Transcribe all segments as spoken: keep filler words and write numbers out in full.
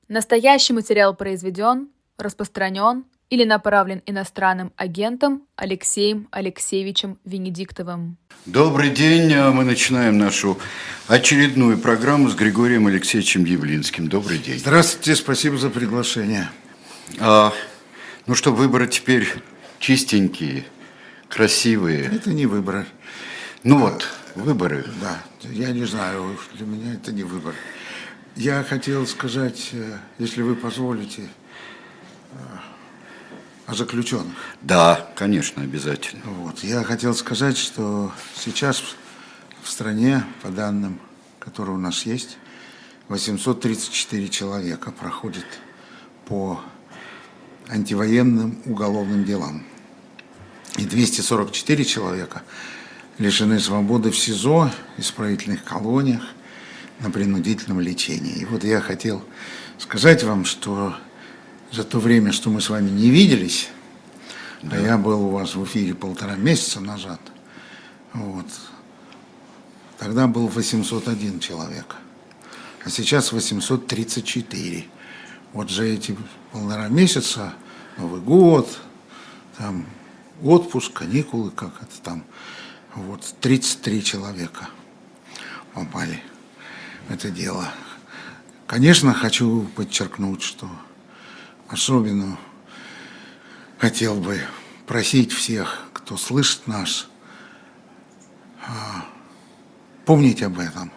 Настоящий материал произведен, распространен или направлен иностранным агентом Алексеем Алексеевичем Венедиктовым. Добрый день. Мы начинаем нашу очередную программу с Григорием Алексеевичем Явлинским. Добрый день. Здравствуйте, спасибо за приглашение. А, ну что, выборы теперь чистенькие, красивые. Это не выборы. Ну а, вот, выборы. Да, я не знаю, для меня это не выбор. Я хотел сказать, если вы позволите, о заключенных. Да, конечно, обязательно. Вот. Я хотел сказать, что сейчас в стране, по данным, которые у нас есть, восемьсот тридцать четыре человека проходят по антивоенным уголовным делам. И двести сорок четыре человека лишены свободы в СИЗО, исправительных колониях, на принудительном лечении. И вот я хотел сказать вам, что за то время, что мы с вами не виделись, да. А я был у вас в эфире полтора месяца назад, вот, тогда был восемьсот один человек, а сейчас восемьсот тридцать четыре. Вот за эти полтора месяца, Новый год, там, отпуск, каникулы, как это там, вот, тридцать три человека попали в это дело. Конечно, хочу подчеркнуть, что особенно хотел бы просить всех, кто слышит нас, помнить об этом,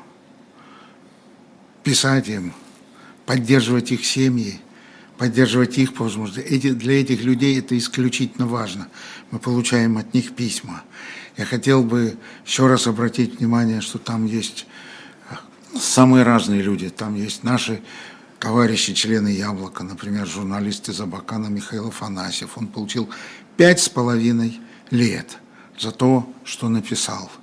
писать им, поддерживать их семьи, поддерживать их по возможности. Эти, для этих людей это исключительно важно. Мы получаем от них письма. Я хотел бы еще раз обратить внимание, что там есть самые разные люди. Там есть наши товарищи, члены «Яблока», например, журналист из Абакана Михаил Афанасьев. Он получил пять с половиной лет за то, что написал.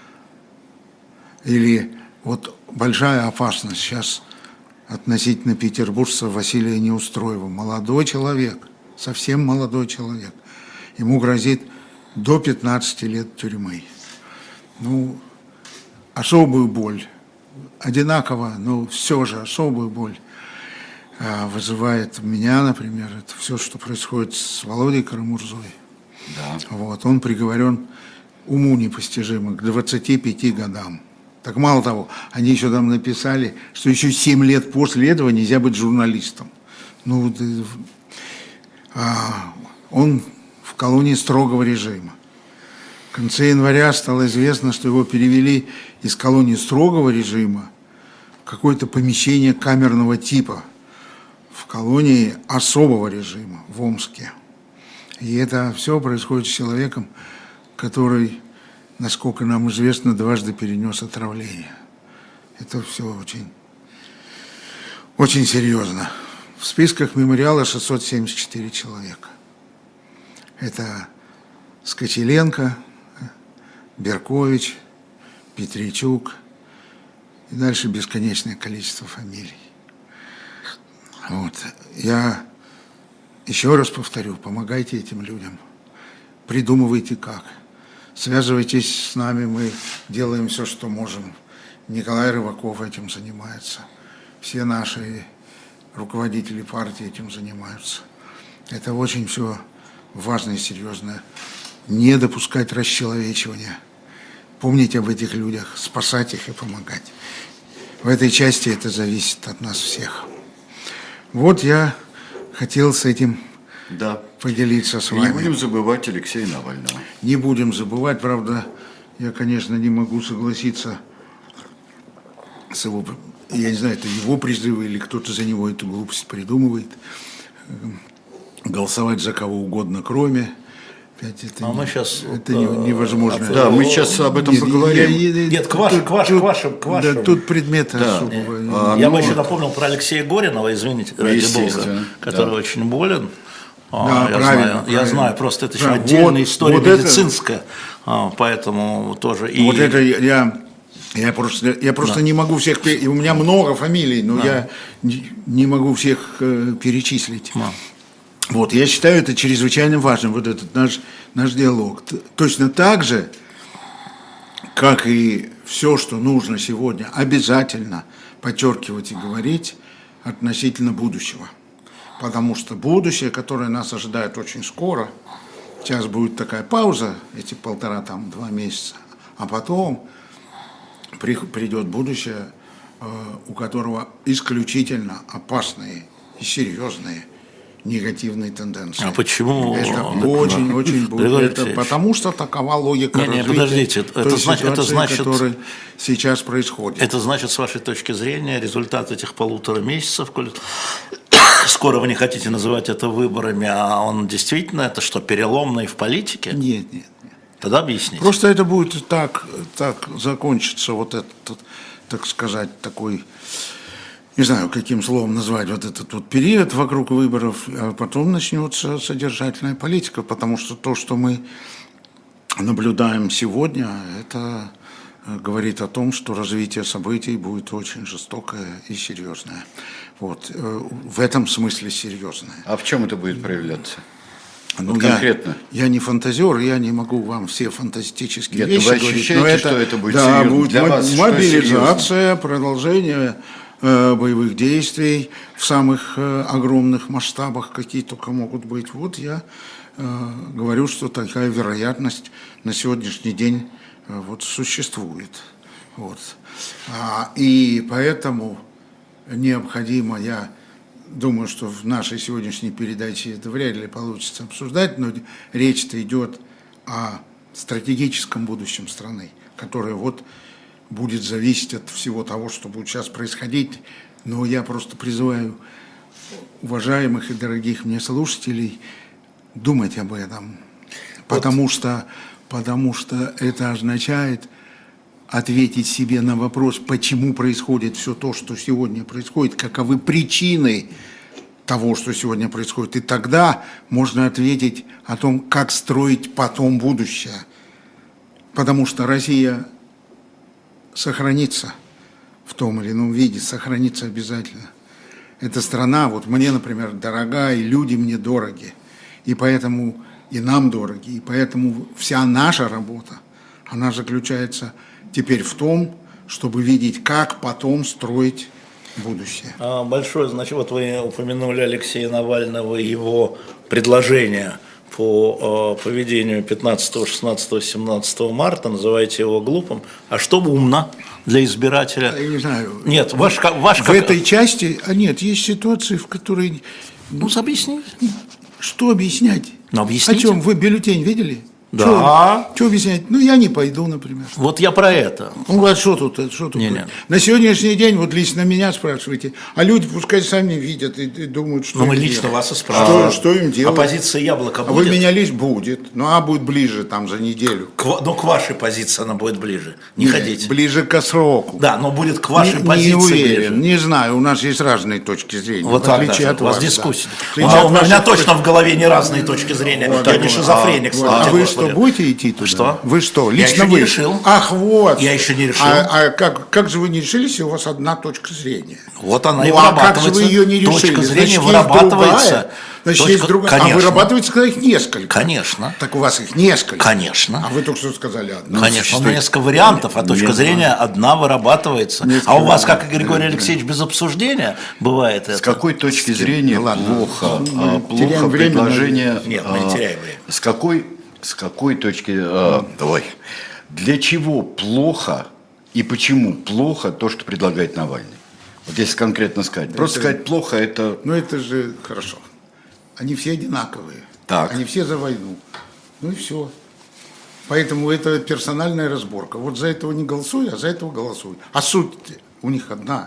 Или вот большая опасность сейчас относительно петербуржца Василия Неустроева. Молодой человек, совсем молодой человек. Ему грозит до пятнадцати лет тюрьмы. Ну, особую боль, одинаково, но все же особую боль вызывает меня, например, это все, что происходит с Володей Карамурзой. Да. Вот, он приговорен уму непостижимо к двадцати пяти годам. Так мало того, они еще там написали, что еще семь лет после этого нельзя быть журналистом. Ну, а, он в колонии строгого режима. В конце января стало известно, что его перевели из колонии строгого режима в какое-то помещение камерного типа в колонии особого режима в Омске. И это все происходит с человеком, который, насколько нам известно, дважды перенес отравление. Это все очень, очень серьезно. В списках мемориала шестьсот семьдесят четыре человека. Это Скочеленко, Беркович, Петричук и дальше бесконечное количество фамилий. Вот. Я еще раз повторю, помогайте этим людям, придумывайте как. Связывайтесь с нами, мы делаем все, что можем. Николай Рыбаков этим занимается. Все наши руководители партии этим занимаются. Это очень все важно и серьезно. Не допускать расчеловечивания. Помнить об этих людях, спасать их и помогать. В этой части это зависит от нас всех. Вот я хотел с этим да. поделиться с вами. Не будем забывать Алексея Навального. Не будем забывать, правда, я, конечно, не могу согласиться с его, я не знаю, это его призывы или кто-то за него эту глупость придумывает, голосовать за кого угодно, кроме. Опять это, а мы сейчас, это невозможно. Да, мы сейчас об этом Нет, поговорим. Я, я, Нет, к вашим, к вашим, к вашим, к вашим. Да, тут предметы да. особого. А, я ну, бы еще напомнил про Алексея Горинова, извините, ради бога, который да. очень болен. Да, я, правильно, знаю, правильно. я знаю, просто это еще да, отдельная вот, история вот медицинская, это, поэтому тоже. И... Вот это я, я просто, я просто да. не могу всех, у меня много фамилий, но да. я не, не могу всех э, перечислить. Да. Вот, я считаю это чрезвычайно важным, вот этот наш, наш диалог. Точно так же, как и все, что нужно сегодня обязательно подчеркивать и говорить, относительно будущего. Потому что будущее, которое нас ожидает очень скоро, сейчас будет такая пауза, эти полтора, там, два месяца, а потом придет будущее, у которого исключительно опасные и серьезные негативные тенденции. А почему? Это очень-очень будет. Это потому что такова логика не, не, развития подождите, это, той значит, ситуации, это значит, которая сейчас происходит. Это значит, с вашей точки зрения, результат этих полутора месяцев, коль скоро вы не хотите называть это выборами, а он действительно, это что, переломный в политике? Нет, нет. нет. Тогда объясните. Просто это будет так, так закончится вот этот, так сказать, такой... Не знаю, каким словом назвать вот этот вот период вокруг выборов, а потом начнется содержательная политика, потому что то, что мы наблюдаем сегодня, это говорит о том, что развитие событий будет очень жестокое и серьезное. Вот. В этом смысле серьезное. А в чем это будет проявляться? Ну, вот конкретно. Я, я не фантазер, я не могу вам все фантастические Нет, вещи вы говорить. ощущаете, Но это, что это будет да, серьезно? будет Для вас мобилизация, продолжение э, боевых действий в самых э, огромных масштабах, какие только могут быть. Вот я э, говорю, что такая вероятность на сегодняшний день э, вот, существует. Вот. А, и поэтому необходимо, я думаю, что в нашей сегодняшней передаче это вряд ли получится обсуждать, но речь-то идет о стратегическом будущем страны, которое вот будет зависеть от всего того, что будет сейчас происходить. Но я просто призываю уважаемых и дорогих мне слушателей думать об этом, потому что, потому что это означает ответить себе на вопрос, почему происходит все то, что сегодня происходит, каковы причины того, что сегодня происходит. И тогда можно ответить о том, как строить потом будущее. Потому что Россия сохранится в том или ином виде, сохранится обязательно. Эта страна, вот мне, например, дорога, и люди мне дороги. И поэтому и нам дороги. И поэтому вся наша работа, она заключается теперь в том, чтобы видеть, как потом строить будущее. Большое, значит, вот вы упомянули Алексея Навального и его предложение по э, поведению пятнадцатого, шестнадцатого, семнадцатого марта, называете его глупым. А что умно для избирателя? Я не знаю. Нет, ваш, ваш в как... этой части, а нет, есть ситуации, в которой... Ну, объясните. Что объяснять? Ну, объясните. О чем? Вы бюллетень видели? Да. Что объяснять? Ну, я не пойду, например. Вот я про это. Ну, а что тут? Что тут? Не, не. На сегодняшний день, вот лично меня спрашиваете, а люди пускай сами видят и, и думают, что Но мы им лично делать. вас и спрашиваем. Что, что им делать? Оппозиция Яблоко а будет? вы меня лишь будет. Ну, а будет ближе, там, за неделю. К, ну, к вашей позиции она будет ближе. Не Нет, ходите. Ближе к сроку. Да, но будет к вашей не, позиции не уверен, ближе. не знаю, у нас есть разные точки зрения. Вот в так отличие даже. от У вас вас, дискуссия. да. У, В у меня ваших точно точках. в голове не разные точки зрения. Вот, я не вот. шизофреник. А, слава а тебе, вы Господи. что, будете идти туда? Что? Вы что, Я лично еще не вы? решил. Ах, вот. Я еще не решил. А, а как, как же вы не решили, если у вас одна точка зрения? Вот она ну, и а как вырабатывается. же вы ее не решили? Точка зрения Значит, вырабатывается. Есть другая. Значит, Точка... есть другая. Конечно. А вырабатывается, когда их несколько. Конечно. Так у вас их несколько. Конечно. А вы только что сказали одна. Конечно, у меня несколько вариантов, а точка Нет, зрения одна вырабатывается. Несколько А у вас, как и вариантов. Григорий Алексеевич, без обсуждения бывает это? С какой точки зрения Ну, ладно. плохо, Мы а, плохо теряем время, предложение? Нет, мы не а, теряем время. С какой, с какой точки, а, давай, для чего плохо и почему плохо то, что предлагает Навальный? Вот если конкретно сказать. Просто Это- сказать плохо, это... Ну, это же хорошо. Они все одинаковые. Так. Они все за войну. Ну и все. Поэтому это персональная разборка. Вот за этого не голосуй, а за этого голосуй. А суть у них одна.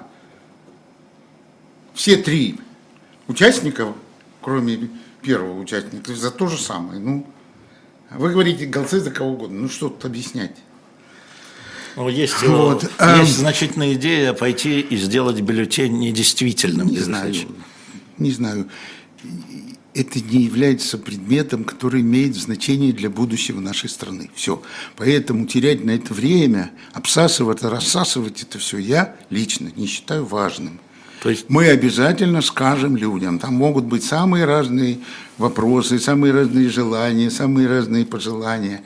Все три участника, кроме первого участника, за то же самое. Ну, вы говорите, голосуй за кого угодно. Ну, что тут объяснять? Ну, есть, Вот, есть эм. значительная идея пойти и сделать бюллетень недействительным. Не знаю. Не знаю. Это не является предметом, который имеет значение для будущего нашей страны. Все. Поэтому терять на это время, обсасывать, рассасывать это все, я лично не считаю важным. То есть... Мы обязательно скажем людям, там могут быть самые разные вопросы, самые разные желания, самые разные пожелания.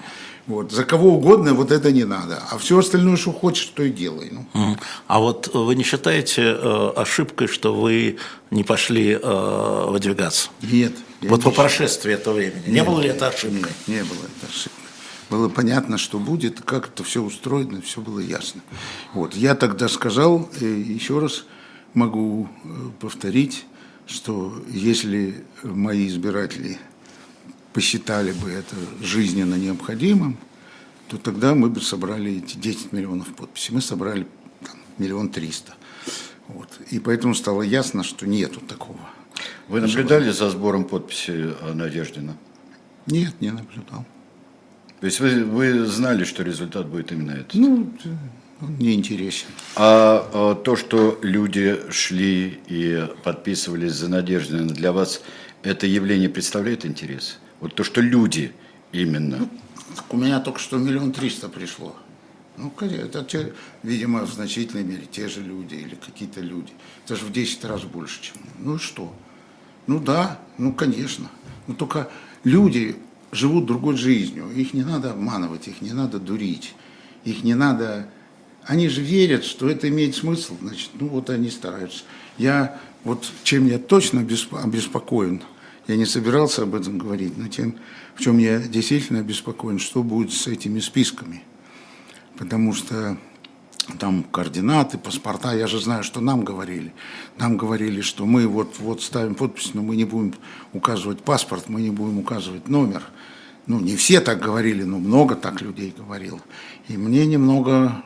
Вот. За кого угодно вот это не надо. А все остальное, что хочешь, то и делай. Ну. А вот вы не считаете э, ошибкой, что вы не пошли э, выдвигаться? Нет. Вот по прошествии этого времени. Не, не было ли это ошибкой? Нет, не было это ошибкой. Было понятно, что будет, как это все устроено, все было ясно. Вот. Я тогда сказал, еще раз могу повторить, что если мои избиратели посчитали бы это жизненно необходимым, то тогда мы бы собрали эти десять миллионов подписей. Мы собрали там, миллион триста. Вот. И поэтому стало ясно, что нету такого. Вы наблюдали за сбором подписей Надеждина? Нет, не наблюдал. То есть вы, вы знали, что результат будет именно этот? Ну, он не интересен. А, а то, что люди шли и подписывались за Надеждина, для вас это явление представляет интерес? Вот то, что люди именно. Ну, у меня только что миллион триста пришло. Ну, это, те, видимо, в значительной мере те же люди или какие-то люди. Это же в десять раз больше, чем. Ну и что? Ну да, ну конечно. Но только люди живут другой жизнью. Их не надо обманывать, их не надо дурить. Их не надо... Они же верят, что это имеет смысл. Значит, ну вот они стараются. Я вот чем я точно обеспокоен, я не собирался об этом говорить, но тем, в чем я действительно обеспокоен, что будет с этими списками. Потому что там координаты, паспорта, я же знаю, что нам говорили. Нам говорили, что мы вот, вот ставим подпись, но мы не будем указывать паспорт, мы не будем указывать номер. Ну, не все так говорили, но много так людей говорило. И мне немного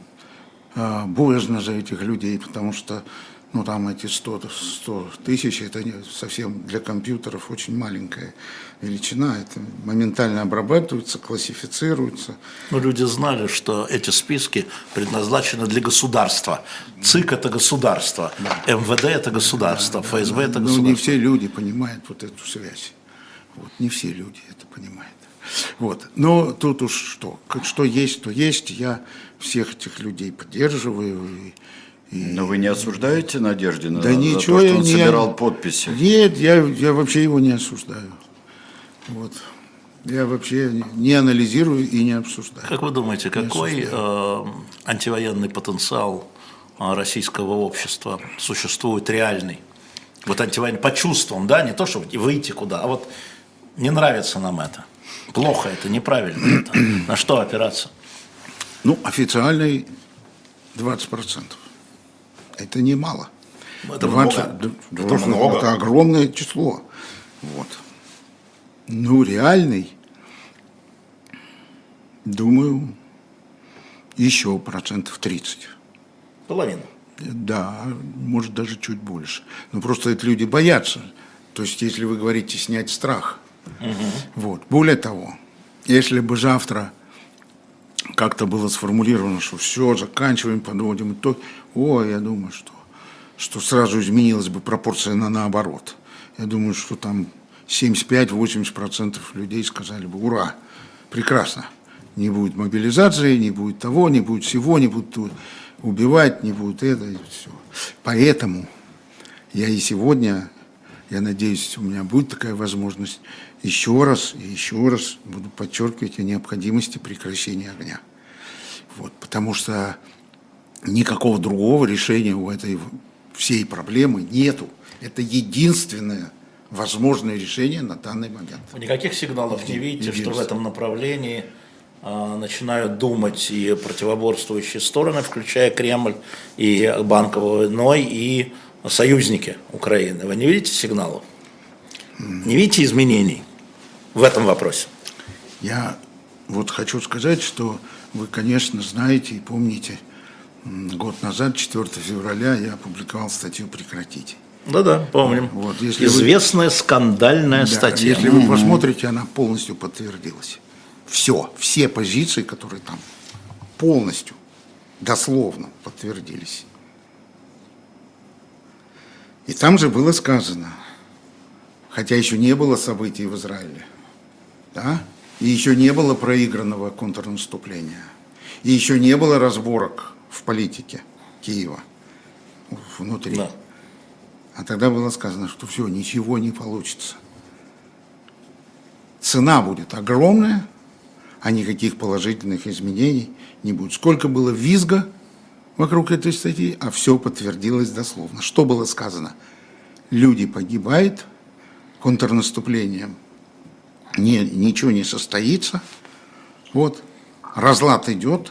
э, боязно за этих людей, потому что ну, там эти сто тысяч, это не, совсем для компьютеров очень маленькая величина. Это моментально обрабатывается, классифицируется. Но люди знали, что эти списки предназначены для государства. ЦИК – это государство, да. эм вэ дэ – это государство, да, ФСБ – это государство. Но не все люди понимают вот эту связь. Вот, не все люди это понимают. Вот. Но тут уж что, что есть, то есть. Я всех этих людей поддерживаю. И, и... Но вы не осуждаете Надеждина да за ничего, то, что он не... собирал подписи? Нет, я, я вообще его не осуждаю. Вот. Я вообще не анализирую и не обсуждаю. Как вы думаете, какой э, антивоенный потенциал российского общества существует реальный? Вот антивоенный, по чувствам, да, не то, чтобы выйти куда, а вот не нравится нам это. Плохо это, неправильно это. На что опираться? Ну, официальный двадцать процентов. Это немало. Это много? Это много. Это огромное число. Вот. Ну, реальный, думаю, еще процентов тридцать. Половина. Да, может даже чуть больше. Но просто это люди боятся. То есть, если вы говорите снять страх. Угу. Вот. Более того, если бы завтра как-то было сформулировано, что все, заканчиваем, подводим итог, о, я думаю, что, что сразу изменилась бы пропорция на наоборот. Я думаю, что там семьдесят пять - восемьдесят процентов людей сказали бы, ура, прекрасно. Не будет мобилизации, не будет того, не будет всего, не будут убивать, не будет это, и все. Поэтому я и сегодня, я надеюсь, у меня будет такая возможность, еще раз и еще раз буду подчеркивать о необходимости прекращения огня. Вот, потому что никакого другого решения у этой всей проблемы нету. Это единственное возможное решение на данный момент. Вы никаких сигналов не видите, что в этом направлении а, начинают думать и противоборствующие стороны, включая Кремль и Банковой, но и союзники Украины. Вы не видите сигналов? Не видите изменений в этом вопросе? Я вот хочу сказать, что вы, конечно, знаете и помните, год назад, четвёртого февраля, я опубликовал статью «Прекратить». Да-да, помним. Вот, если Известная вы... скандальная да, статья. Если вы посмотрите, она полностью подтвердилась. Все, все позиции, которые там полностью, дословно подтвердились. И там же было сказано, хотя еще не было событий в Израиле, да? И еще не было проигранного контрнаступления, и еще не было разборок в политике Киева внутри. Да. А тогда было сказано, что все, ничего не получится. Цена будет огромная, а никаких положительных изменений не будет. Сколько было визга вокруг этой статьи, а все подтвердилось дословно. Что было сказано? Люди погибают, контрнаступлением не, ничего не состоится, вот, разлад идет,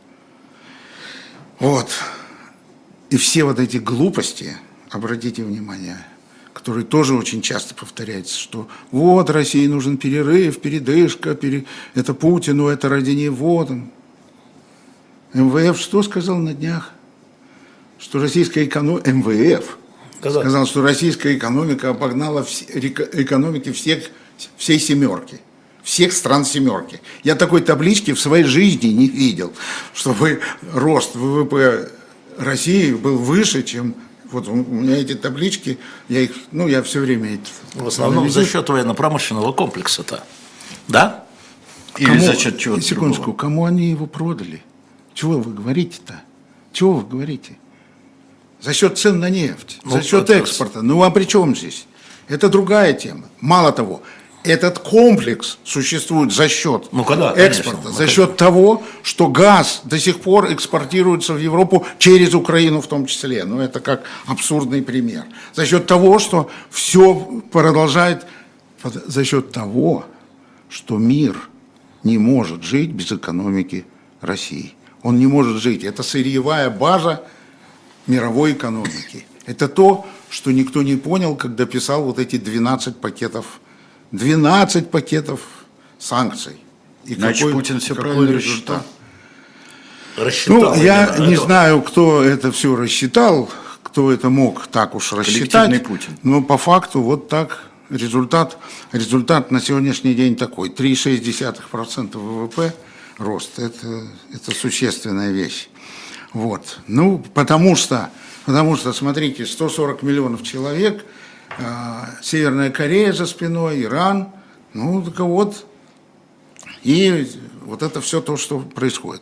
вот, и все вот эти глупости, обратите внимание, которые тоже очень часто повторяются, что вот России нужен перерыв, передышка, пере... это Путину, это ради него. Там. эм вэ эф что сказал на днях? Что российская экономика... эм вэ эф сказал. сказал, что российская экономика обогнала все... экономики всех... всей семерки. Всех стран семерки. Я такой таблички в своей жизни не видел, чтобы рост вэ вэ пэ России был выше, чем... Вот у меня эти таблички, я их, ну, я все время... В основном за счет военно-промышленного комплекса-то, да? Или кому, за счет чего-то секундочку, другого? Кому они его продали? Чего вы говорите-то? Чего вы говорите? За счет цен на нефть, ну, за счет экспорта. Ну, а при чем здесь? Это другая тема. Мало того, этот комплекс существует за счет ну, когда, экспорта, конечно, за счет того, что газ до сих пор экспортируется в Европу через Украину в том числе. Ну, это как абсурдный пример. За счет того, что все продолжает, за счет того, что мир не может жить без экономики России. Он не может жить. Это сырьевая база мировой экономики. Это то, что никто не понял, когда писал вот эти двенадцать пакетов двенадцать пакетов санкций. И Значит, какой, Путин все правильно рассчитал. рассчитал. Ну, я не этого. знаю, кто это все рассчитал, кто это мог так уж рассчитать. Путин. Но по факту вот так результат, результат на сегодняшний день такой. три целых шесть десятых процента вэ вэ пэ рост. Это, это существенная вещь. Вот. Ну, потому что, потому что, смотрите, сто сорок миллионов человек, Северная Корея за спиной, Иран, ну так вот, и вот это все то, что происходит.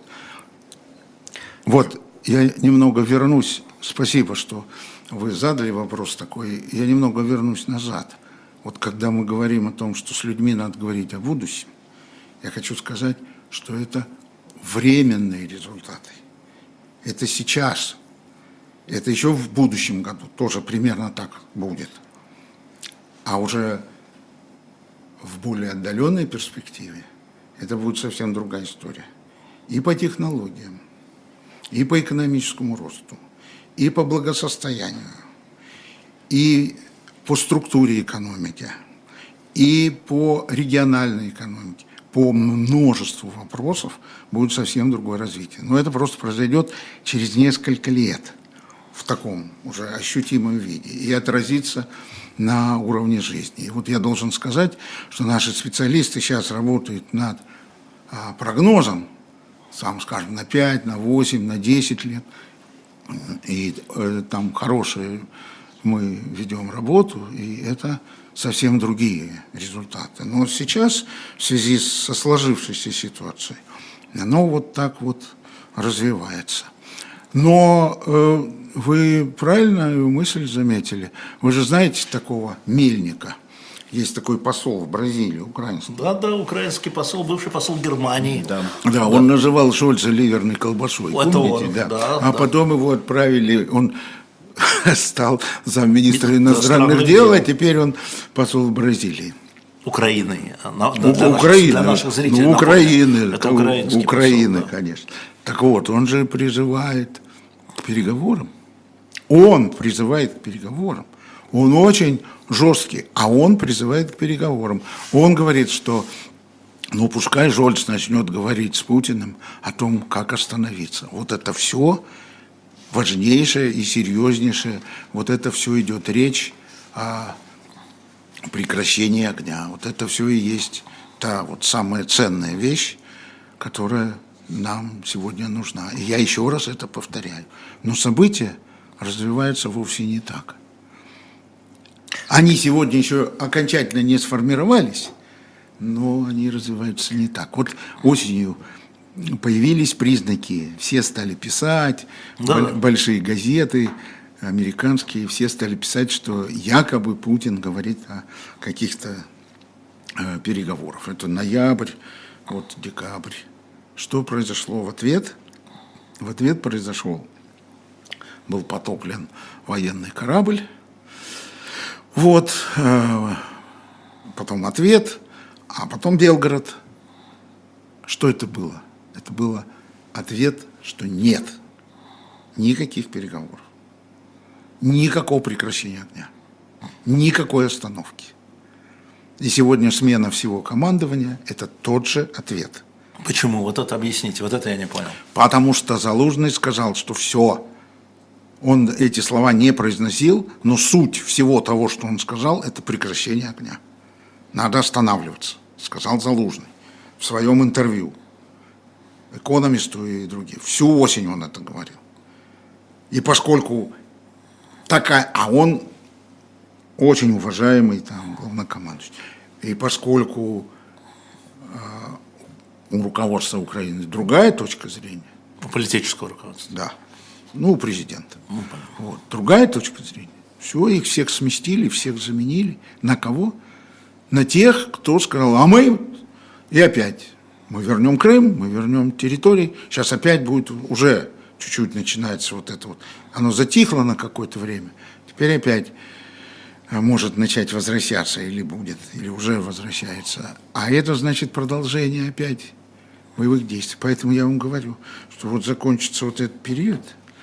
Вот, я немного вернусь, спасибо, что вы задали вопрос такой, я немного вернусь назад. Вот когда мы говорим о том, что с людьми надо говорить о будущем, я хочу сказать, что это временные результаты. Это сейчас, это еще в будущем году тоже примерно так будет. А уже в более отдаленной перспективе это будет совсем другая история. И по технологиям, и по экономическому росту, и по благосостоянию, и по структуре экономики, и по региональной экономике, по множеству вопросов будет совсем другое развитие. Но это просто произойдет через несколько лет в таком уже ощутимом виде и отразится на уровне жизни. И вот я должен сказать, что наши специалисты сейчас работают над а, прогнозом, сам скажем, на пять, на восемь, на десять лет. И э, там хорошие мы ведем работу, и это совсем другие результаты. Но сейчас, в связи со сложившейся ситуацией, оно вот так вот развивается. Но э, вы правильную мысль заметили. Вы же знаете такого Мельника. Есть такой посол в Бразилии, украинский. Да, да, украинский посол, бывший посол Германии. Да, да, да. Он называл Шольца ливерной колбасой. Это помните? Он, да. Да, а да. потом его отправили, он стал замминистра иностранных дел, а теперь он посол в Бразилии. Украины. На, для Украины. Для наших зрителей. Ну, Украины. Это Украины, посол, да. Конечно. Так вот, он же призывает к переговорам. Он призывает к переговорам. Он очень жесткий, а он призывает к переговорам. Он говорит, что ну пускай Жольц начнет говорить с Путиным о том, как остановиться. Вот это все важнейшее и серьезнейшее. Вот это все идет речь о прекращении огня. Вот это все и есть та вот самая ценная вещь, которая нам сегодня нужна. И я еще раз это повторяю. Но события развиваются вовсе не так. Они сегодня еще окончательно не сформировались, но они развиваются не так. Вот осенью появились признаки, все стали писать, да. Большие газеты американские, все стали писать, что якобы Путин говорит о каких-то э, переговорах. Это ноябрь, вот декабрь. Что произошло в ответ? В ответ произошел, был потоплен военный корабль. Вот, потом ответ, а потом Белгород. Что это было? Это было ответ, что нет никаких переговоров, никакого прекращения огня, никакой остановки. И сегодня смена всего командования – это тот же ответ. Почему? Вот это объясните, вот это я не понял. Потому что Залужный сказал, что все, он эти слова не произносил, но суть всего того, что он сказал, это прекращение огня. Надо останавливаться, сказал Залужный в своем интервью «Экономисту» и другим. Всю осень он это говорил. И поскольку такая, а он очень уважаемый там главнокомандующий, и поскольку э, у руководства Украины другая точка зрения, у политического руководства, да, ну, у президента, ну, вот, другая точка зрения, все, их всех сместили, всех заменили. На кого? На тех, кто сказал, а мы, и опять, мы вернем Крым, мы вернем территории, сейчас опять будет, уже чуть-чуть начинается вот это вот, оно затихло на какое-то время, теперь опять может начать возвращаться, или будет, или уже возвращается. А это значит продолжение опять боевых действий. Поэтому я вам говорю, что вот закончится вот этот период,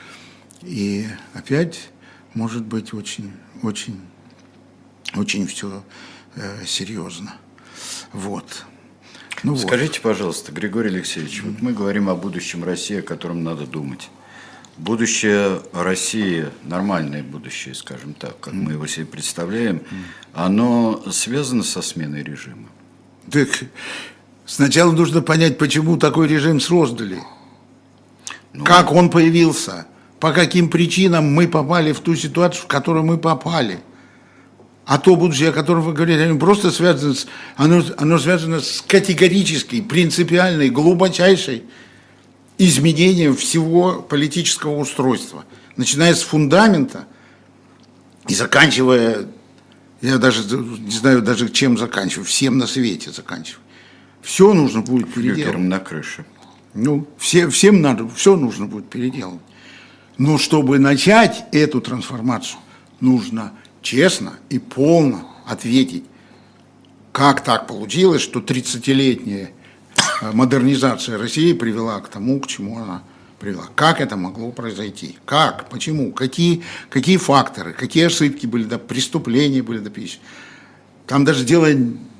и опять может быть очень, очень, очень все э, серьезно. Вот. Ну Скажите, вот. пожалуйста, Григорий Алексеевич, mm-hmm. вот мы говорим о будущем России, о котором надо думать. Будущее России, нормальное будущее, скажем так, как mm. мы его себе представляем, mm. оно связано со сменой режима? Так сначала нужно понять, почему такой режим создали. Ну, как он появился, по каким причинам мы попали в ту ситуацию, в которую мы попали. А то будущее, о котором вы говорите, оно просто связано с, оно, оно связано с категорической, принципиальной, глубочайшей изменением всего политического устройства, начиная с фундамента и заканчивая, я даже не знаю, даже чем заканчиваю, всем на свете заканчиваю. Все нужно будет переделать. На крыше. Ну, все, всем надо, все нужно будет переделать. Но чтобы начать эту трансформацию, нужно честно и полно ответить, как так получилось, что тридцатилетняя модернизация России привела к тому, к чему она привела. Как это могло произойти? Как? Почему? Какие, какие факторы? Какие ошибки были, да, преступления были допущены? Там даже дело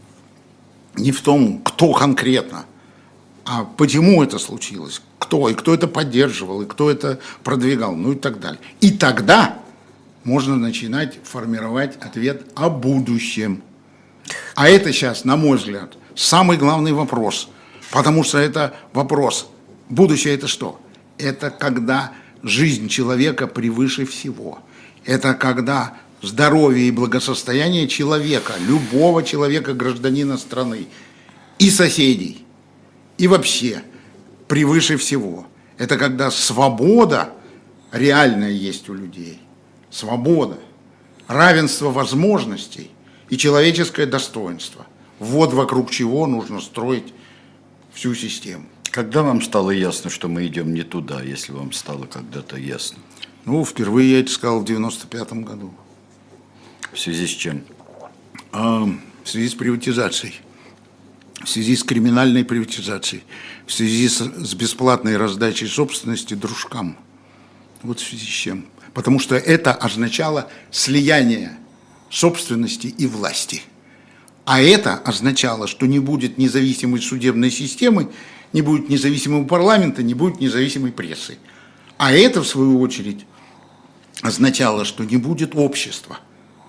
не в том, кто конкретно, а почему это случилось, кто, и кто это поддерживал, и кто это продвигал, ну и так далее. И тогда можно начинать формировать ответ о будущем. А это сейчас, на мой взгляд, самый главный вопрос. Потому что это вопрос. Будущее это что? Это когда жизнь человека превыше всего. Это когда здоровье и благосостояние человека, любого человека, гражданина страны, и соседей, и вообще превыше всего. Это когда свобода реальная есть у людей. Свобода, равенство возможностей и человеческое достоинство. Вот вокруг чего нужно строить всю систему. Когда вам стало ясно, что мы идем не туда, если вам стало когда-то ясно? Ну, впервые я это сказал в девяносто пятом году. В связи с чем? А, в связи с приватизацией, в связи с криминальной приватизацией, в связи с, с бесплатной раздачей собственности дружкам. Вот в связи с чем. Потому что это означало слияние собственности и власти. А это означало, что не будет независимой судебной системы, не будет независимого парламента, не будет независимой прессы. А это, в свою очередь, означало, что не будет общества.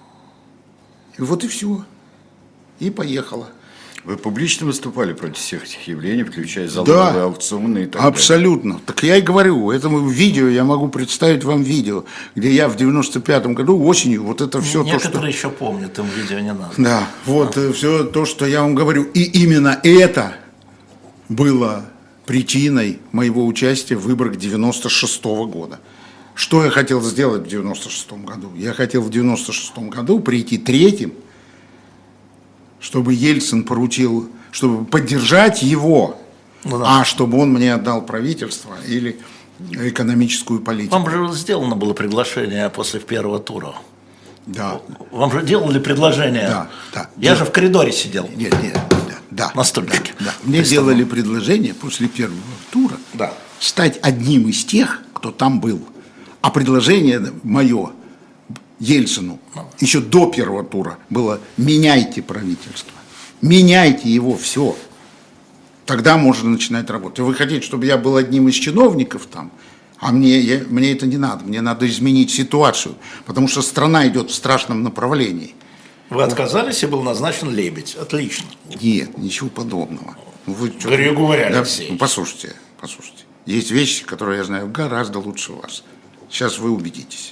И вот и все. И поехало. Вы публично выступали против всех этих явлений, включая залоговые, да, аукционы и так абсолютно. далее. Так я и говорю, этому видео, я могу представить вам видео, где я в девяносто пятом году осенью, вот это все Некоторые то, что... Некоторые еще помнят, им видео не надо. Да, вот да. Все то, что я вам говорю. И именно это было причиной моего участия в выборах девяносто шестого года. Что я хотел сделать в девяносто шестом году? Я хотел в девяносто шестом году прийти третьим, чтобы Ельцин поручил чтобы поддержать его, Ну, да. а чтобы он мне отдал правительство или экономическую политику. Вам же сделано было приглашение после первого тура. Да. Вам же делали предложение. Да, да. Я Дел... же в коридоре сидел. Нет, нет, да, да. На стульчике. Да, да. Мне делали предложение после первого тура Да. стать одним из тех, кто там был. А предложение мое Ельцину еще до первого тура было: меняйте правительство, меняйте его, все. Тогда можно начинать работать. Вы хотите, чтобы я был одним из чиновников там? А мне, я, мне это не надо. Мне надо изменить ситуацию, потому что страна идет в страшном направлении. Вы отказались, и был назначен Лебедь. Отлично. Нет, ничего подобного. Вы что, Григорий да, Алексеевич. ну, послушайте, послушайте. Есть вещи, которые я знаю гораздо лучше вас. Сейчас вы убедитесь.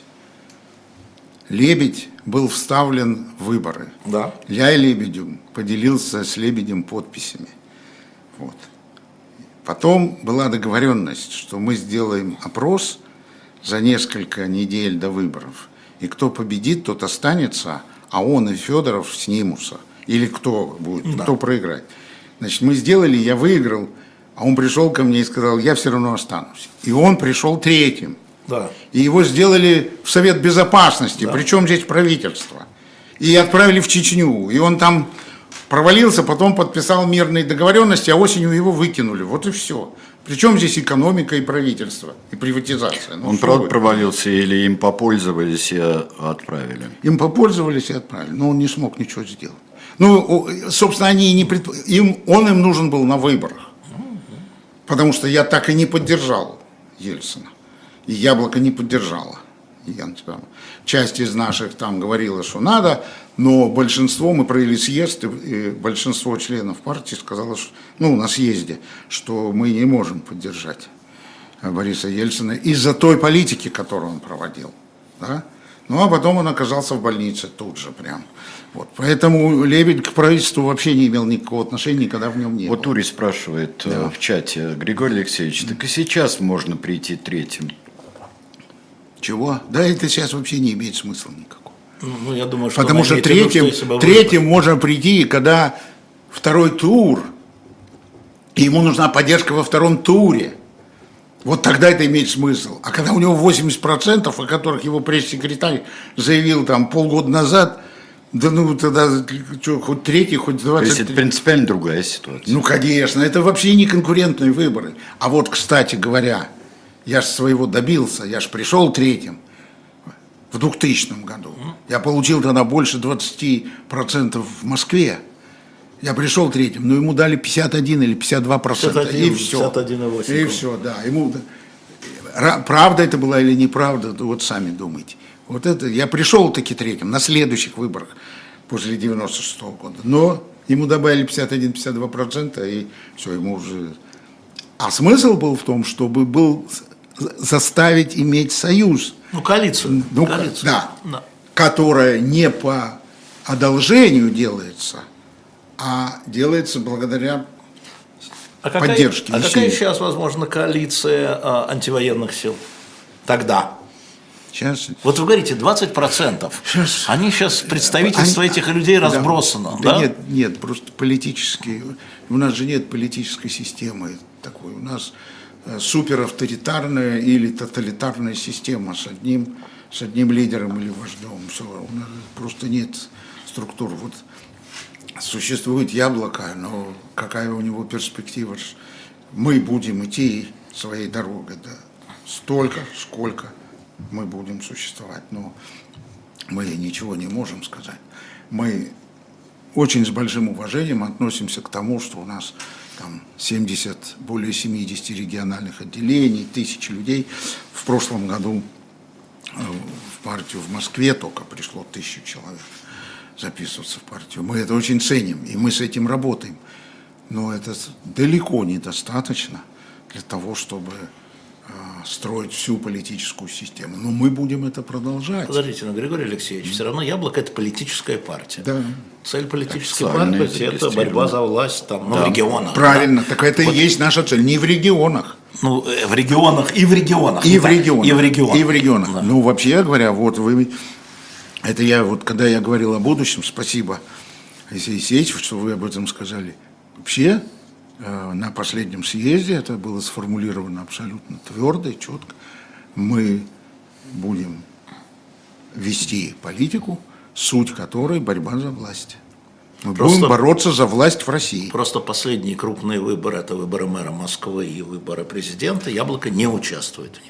Лебедь был вставлен в выборы. Да. Я и Лебедю поделился с Лебедем подписями. Вот. Потом была договоренность, что мы сделаем опрос за несколько недель до выборов. И кто победит, тот останется, а он и Федоров снимутся. Или кто будет, Да. кто проиграет. Значит, мы сделали, я выиграл, а он пришел ко мне и сказал: я все равно останусь. И он пришел третьим. Да. И его сделали в Совет Безопасности, Да. причем здесь правительство. И отправили в Чечню. И он там провалился, потом подписал мирные договоренности, а осенью его выкинули. Вот и все. Причем здесь экономика и правительство, и приватизация. Ну, Он, что правда, вы. провалился или им попользовались и отправили? Им попользовались и отправили, но он не смог ничего сделать. Ну, собственно, они и не предп... им, он им нужен был на выборах. Потому что я так и не поддержал Ельцина. И Яблоко не поддержала. Я, часть из наших там говорила, что надо, но большинство, мы провели съезд, и большинство членов партии сказало, что, ну, на съезде, что мы не можем поддержать Бориса Ельцина из-за той политики, которую он проводил. Да? Ну, а потом он оказался в больнице тут же прям. Вот. Поэтому Лебедь к правительству вообще не имел никакого отношения, никогда в нем не Вот было. Урий спрашивает Да. в чате: Григорий Алексеевич, так и сейчас можно прийти третьим. Чего? Да это сейчас вообще не имеет смысла никакого. Ну, я думаю, что Потому он что имеет в виду, третьим, что если бы третьим можно прийти, когда второй тур, и ему нужна поддержка во втором туре. Вот тогда это имеет смысл. А когда у него восемьдесят процентов, о которых его пресс-секретарь заявил там полгода назад, да ну тогда что, хоть третий, хоть То есть двадцать это три. принципиально другая ситуация. Ну, конечно, это вообще не конкурентные выборы. А вот, кстати говоря, я же своего добился, я же пришел третьим в двухтысячном году. Я получил тогда больше двадцати процентов в Москве. Я пришел третьим, но ему дали пятьдесят один или пятьдесят два процента. пятьдесят один, И все. пятьдесят один и восемь. И все, да. Ему... Правда это была или неправда, вот сами думайте. Вот это, я пришел таки третьим на следующих выборах после девяносто шестого года. Но ему добавили пятьдесят один — пятьдесят два процента, и все, ему уже... А смысл был в том, чтобы был заставить иметь союз. Ну, коалицию. Ну, коалицию. да, Да. которая не по одолжению делается, а делается благодаря А какая, поддержке. а и какая силе. сейчас, возможно, коалиция а, антивоенных сил? Тогда. Сейчас... Вот вы говорите, двадцать процентов. Сейчас. Они сейчас, представительство Они- этих людей Да. разбросано. Да, Да? нет, нет, просто политические. У нас же нет политической системы такой. У нас э, суперавторитарная или тоталитарная система с одним, с одним лидером или вождем. Все, у нас просто нет структур. Вот существует Яблоко, но какая у него перспектива? Мы будем идти своей дорогой, да, столько, сколько мы будем существовать. Но мы ничего не можем сказать. Мы очень с большим уважением относимся к тому, что у нас там семьдесят, более семидесяти региональных отделений, тысячи людей. В прошлом году э, в партию в Москве только пришло тысячу человек записываться в партию. Мы это очень ценим, и мы с этим работаем. Но это далеко недостаточно для того, чтобы э, строить всю политическую систему. Но мы будем это продолжать. Подождите, но, Григорий Алексеевич, все равно Яблоко – это политическая партия. Да. Цель политической Официально партии – это зарегистрировано. борьба за власть там, ну, в регионах. Правильно, так это и есть наша цель. Не в регионах. Ну, э, в регионах и в регионах. И не в так? регионах. И в регионах. И в регионах. Да. Ну, вообще говоря, вот вы... Это я, вот когда я говорил о будущем, спасибо, Алексей Алексеевич, что вы об этом сказали. вообще э, на последнем съезде это было сформулировано абсолютно твердо и четко. Мы будем вести политику, суть которой борьба за власть. Мы просто будем бороться за власть в России. Просто последние крупные выборы, это выборы мэра Москвы и выборы президента, Яблоко не участвует в них.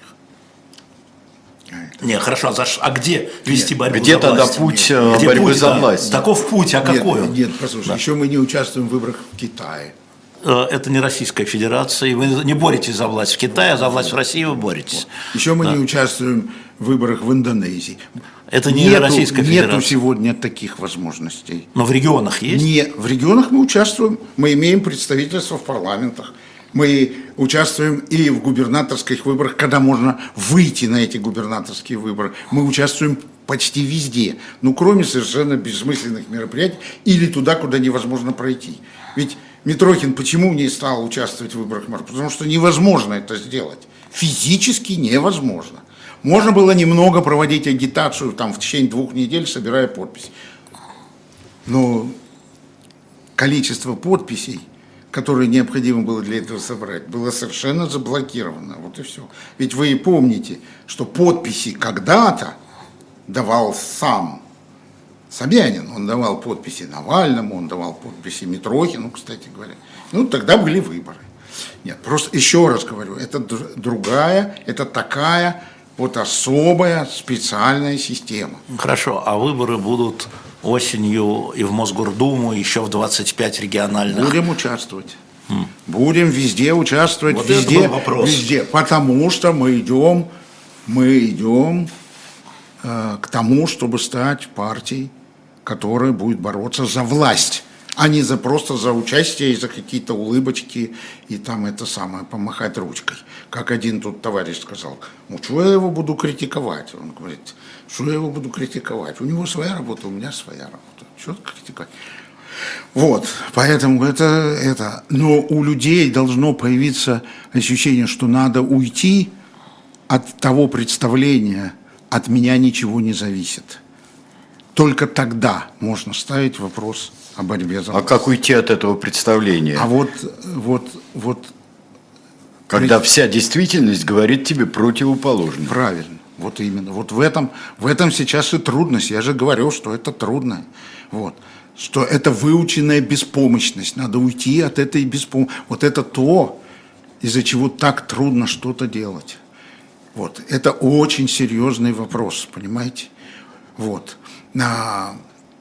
Не, хорошо, а, а где вести нет, борьбу где за власть? Где тогда путь где борьбы путь, за да. власть? Таков путь, а нет, какой он? Нет, послушай, да. Еще мы не участвуем в выборах в Китае. Это не Российская Федерация, и вы не боретесь за власть в Китае, а за власть в России вы боретесь. Еще мы да. не участвуем в выборах в Индонезии. Это не нету, Российская Федерация. Нету сегодня таких возможностей. Но в регионах есть? Нет, в регионах мы участвуем, мы имеем представительство в парламентах. Мы участвуем и в губернаторских выборах, когда можно выйти на эти губернаторские выборы. Мы участвуем почти везде, ну, кроме совершенно бессмысленных мероприятий или туда, куда невозможно пройти. Ведь Митрохин почему не стал участвовать в выборах мэра? Потому что невозможно это сделать. Физически невозможно. Можно было немного проводить агитацию там, в течение двух недель, собирая подписи. Но количество подписей, которые необходимо было для этого собрать, было совершенно заблокировано. Вот и все. Ведь вы и помните, что подписи когда-то давал сам Собянин. Он давал подписи Навальному, он давал подписи Митрохину, кстати говоря. Ну, тогда были выборы. Нет, просто еще раз говорю, это другая, это такая вот особая специальная система. Хорошо, а выборы будут осенью и в Мосгордуму, еще в двадцать пять региональных. Будем участвовать. М. Будем везде участвовать, вот везде, это был вопрос. везде. Потому что мы идем, мы идем э, к тому, чтобы стать партией, которая будет бороться за власть, а не за просто за участие и за какие-то улыбочки и там это самое, помахать ручкой. Как один тут товарищ сказал, ну что я его буду критиковать? Он говорит, что я его буду критиковать? У него своя работа, у меня своя работа. Что критиковать? Вот, поэтому это, это, но у людей должно появиться ощущение, что надо уйти от того представления, от меня ничего не зависит. Только тогда можно ставить вопрос о борьбе за власть. А как уйти от этого представления? А вот, вот, вот. Когда вся действительность говорит тебе противоположное. Правильно, вот именно. Вот в этом, в этом сейчас и трудность. Я же говорю, что это трудно. Вот. Что это выученная беспомощность. Надо уйти от этой беспомощности. Вот это то, из-за чего так трудно что-то делать. Вот. Это очень серьезный вопрос, понимаете? Вот. А,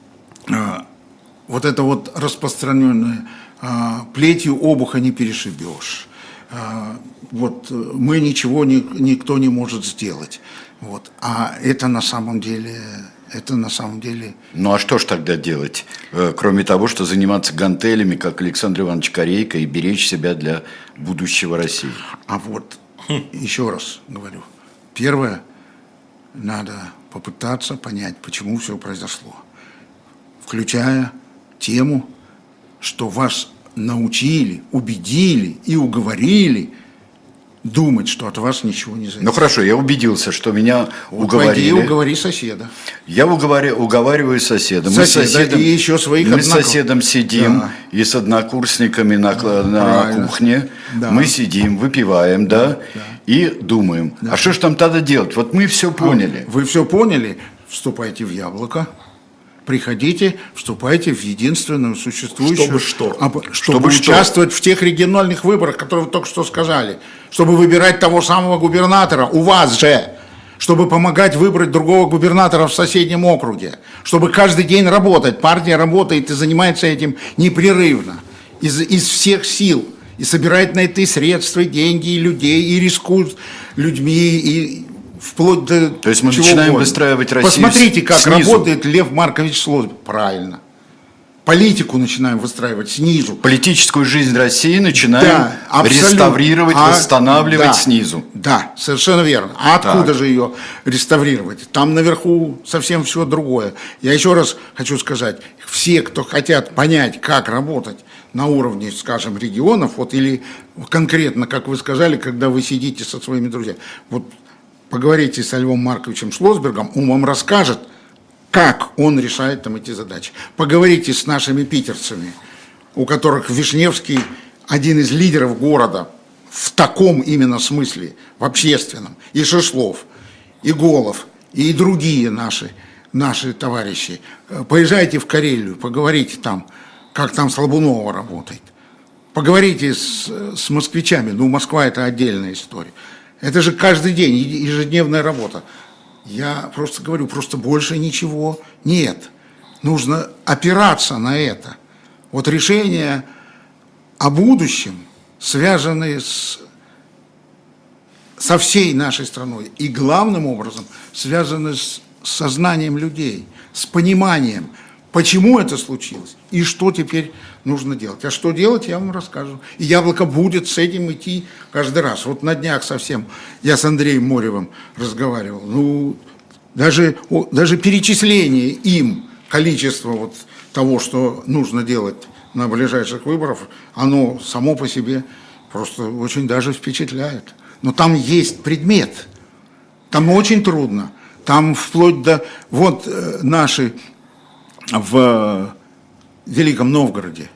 а, вот это вот распространенное а, плетью обуха не перешибешь. А, вот мы ничего не, никто не может сделать. Вот. А это на самом деле, это на самом деле. Ну а что ж тогда делать, кроме того, что заниматься гантелями, как Александр Иванович Корейко, и беречь себя для будущего России? А вот хм. еще раз говорю, первое, надо попытаться понять, почему все произошло, включая тему, что вас научили, убедили и уговорили думать, что от вас ничего не зависит. Ну хорошо, я убедился, что меня вот уговорили. Пойди уговори соседа. Я уговари, уговариваю соседа. соседа. Мы, с соседом, и еще своих мы однокурсников. с соседом сидим да. и с однокурсниками на, на кухне. Да. Мы сидим, выпиваем, да, да, да. и думаем, да. а что ж там тогда делать? Вот мы все поняли. Вы все поняли? Вступайте в Яблоко. Приходите, вступайте в единственную существующую... Чтобы что? Об, чтобы, чтобы участвовать что? в тех региональных выборах, которые вы только что сказали. Чтобы выбирать того самого губернатора, у вас же. Чтобы помогать выбрать другого губернатора в соседнем округе. Чтобы каждый день работать. Партия работает и занимается этим непрерывно. Из, из всех сил. И собирает на это и средства, и деньги, и людей, и рискует людьми, и... Вплоть до То есть мы чего начинаем угодно. выстраивать Россию. Посмотрите, как снизу. работает Лев Маркович Слозберг. Правильно. Политику начинаем выстраивать снизу. Политическую жизнь России начинаем да, реставрировать, а, восстанавливать да, снизу. Да, совершенно верно. А откуда так. же ее реставрировать? Там наверху совсем все другое. Я еще раз хочу сказать, все, кто хотят понять, как работать на уровне, скажем, регионов, вот или конкретно, как вы сказали, когда вы сидите со своими друзьями, вот поговорите с Львом Марковичем Шлосбергом, он вам расскажет, как он решает там эти задачи. Поговорите с нашими питерцами, у которых Вишневский один из лидеров города в таком именно смысле, в общественном, и Шишлов, и Голов, и другие наши, наши товарищи. Поезжайте в Карелию, поговорите там, как там Слабунова работает. Поговорите с, с москвичами, ну, Москва – это отдельная история. Это же каждый день, ежедневная работа. Я просто говорю, просто больше ничего нет. Нужно опираться на это. Вот решения о будущем, связанные с, со всей нашей страной, и главным образом связаны с сознанием людей, с пониманием, почему это случилось и что теперь нужно делать. А что делать, я вам расскажу. И Яблоко будет с этим идти каждый раз. Вот на днях совсем я с Андреем Моревым разговаривал. Ну, даже, даже перечисление им количества вот того, что нужно делать на ближайших выборах, оно само по себе просто очень даже впечатляет. Но там есть предмет. Там очень трудно. Там вплоть до... Вот наши в Великом Новгороде.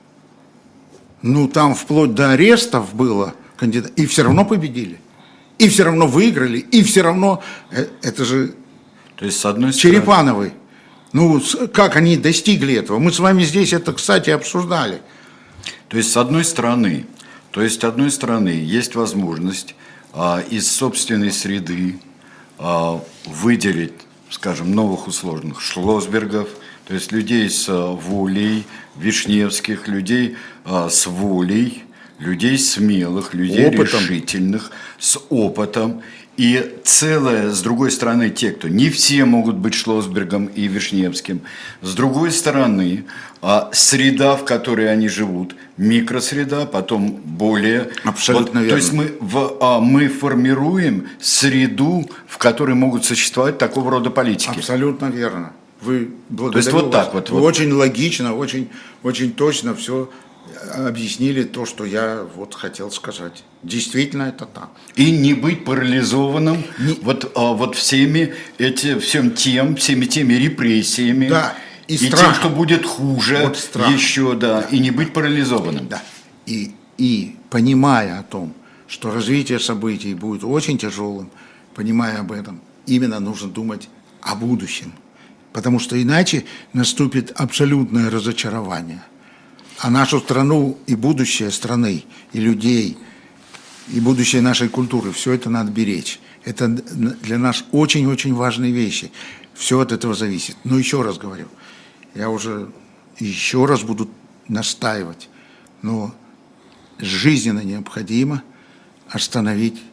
Ну, там вплоть до арестов было кандидат. И все равно победили. И все равно выиграли. И все равно... Это же... То есть, с одной стороны... Черепановой. Ну, как они достигли этого? Мы с вами здесь это, кстати, обсуждали. То есть, с одной стороны, то есть, с одной стороны, есть возможность а, из собственной среды а, выделить, скажем, новых условных Шлосбергов, то есть людей с волей, Вишневских, людей а, с волей, людей смелых, людей опытом. решительных, с опытом. И целое, с другой стороны, те, кто не все могут быть Шлосбергом и Вишневским, с другой стороны, среда, в которой они живут, микросреда, потом более... Абсолютно вот, верно. То есть мы, в, мы формируем среду, в которой могут существовать такого рода политики. Абсолютно верно. Вы благодарю То есть вот вас. так вот. Вы вот. очень логично, очень, очень точно все объяснили то, что я вот хотел сказать. Действительно, это так. И не быть парализованным не... вот, а, вот всеми эти, всем тем, всеми теми репрессиями. Да. И, и тем, что будет хуже вот еще, да, да, и не быть парализованным. Да. И, и понимая о том, что развитие событий будет очень тяжелым, понимая об этом, именно нужно думать о будущем. Потому что иначе наступит абсолютное разочарование. А нашу страну и будущее страны, и людей, и будущее нашей культуры, все это надо беречь. Это для нас очень-очень важные вещи. Все от этого зависит. Но еще раз говорю, я уже еще раз буду настаивать, но жизненно необходимо остановить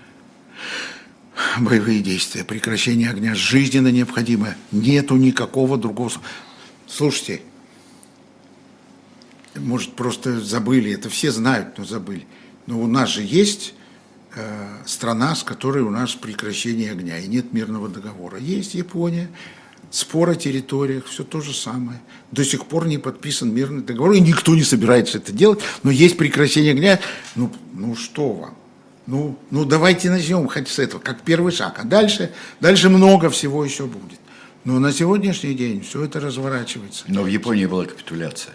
боевые действия, прекращение огня жизненно необходимо. Нету никакого другого. Слушайте, может, просто забыли, это все знают, но забыли. Но у нас же есть э, страна, с которой у нас прекращение огня, и нет мирного договора. Есть Япония, спор о территориях, все то же самое. До сих пор не подписан мирный договор, и никто не собирается это делать, но есть прекращение огня. Ну, ну что вам? Ну, ну давайте начнем хоть с этого, как первый шаг. А дальше, дальше много всего еще будет. Но на сегодняшний день все это разворачивается. Но в Японии была капитуляция.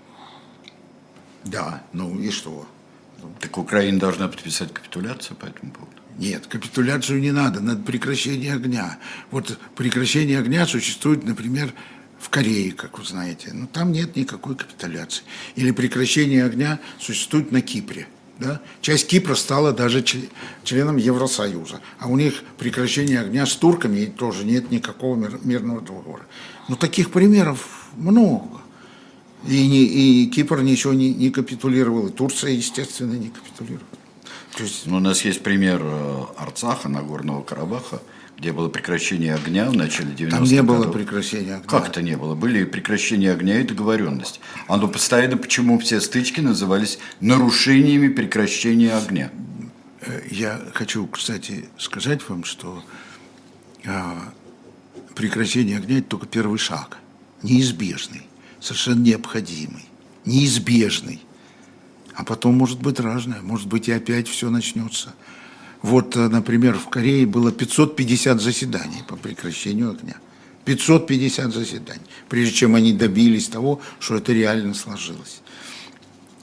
Да, ну и что? Так Украина должна подписать капитуляцию по этому поводу? Нет, капитуляцию не надо, надо прекращение огня. Вот прекращение огня существует, например, в Корее, как вы знаете. Но там нет никакой капитуляции. Или прекращение огня существует на Кипре. Да? Часть Кипра стала даже членом Евросоюза. А у них прекращение огня с турками тоже нет никакого мирного договора. Но таких примеров много. И, не, и Кипр ничего не, не капитулировал, и Турция, естественно, не капитулировала. То есть... Ну, у нас есть пример Арцаха, Нагорного Карабаха, где было прекращение огня в начале девяностых годов. Там не было прекращения огня. Как это не было? Были прекращение огня и договоренность. Оно постоянно, почему все стычки назывались нарушениями прекращения огня? Я хочу, кстати, сказать вам, что а, прекращение огня – это только первый шаг, неизбежный. Совершенно необходимый, неизбежный. А потом может быть разное, может быть и опять все начнется. Вот, например, в Корее было пятьсот пятьдесят заседаний по прекращению огня. пятьсот пятьдесят заседаний, прежде чем они добились того, что это реально сложилось.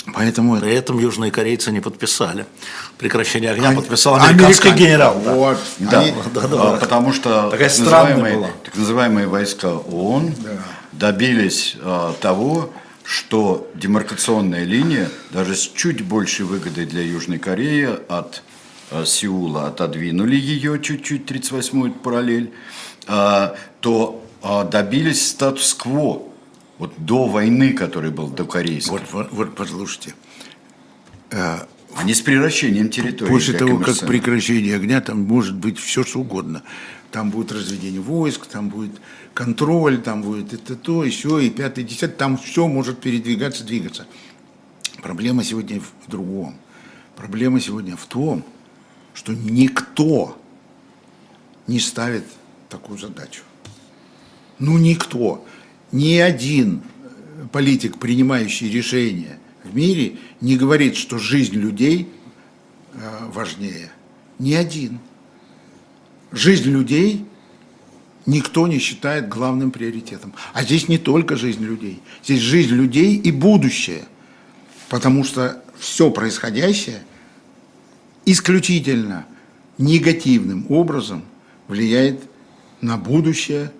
Поэтому При этом южные корейцы не подписали. Прекращение огня Они- подписал американский американцы. генерал. Да. Вот. Да, Они- да, да, а, да. потому что Такая так странная называемые, была. так называемые войска ООН добились а, того, что демаркационная линия, даже с чуть большей выгодой для Южной Кореи от а, Сеула отодвинули ее чуть-чуть, тридцать восьмую параллель, а, то а, добились статус-кво. Вот до войны, который был до корейской. Вот, вот, вот, послушайте. А не с превращением территории. После для того, как коммерсантов. прекращение огня, там может быть все, что угодно. Там будет разведение войск, там будет контроль, там будет это то, и все, и пятое, десятое. Там все может передвигаться, двигаться. Проблема сегодня в другом. Проблема сегодня в том, что никто не ставит такую задачу. Ну, никто. Ни один политик, принимающий решения в мире, не говорит, что жизнь людей э, важнее. Ни один. Жизнь людей никто не считает главным приоритетом. А здесь не только жизнь людей. Здесь жизнь людей и будущее. Потому что все происходящее исключительно негативным образом влияет на будущее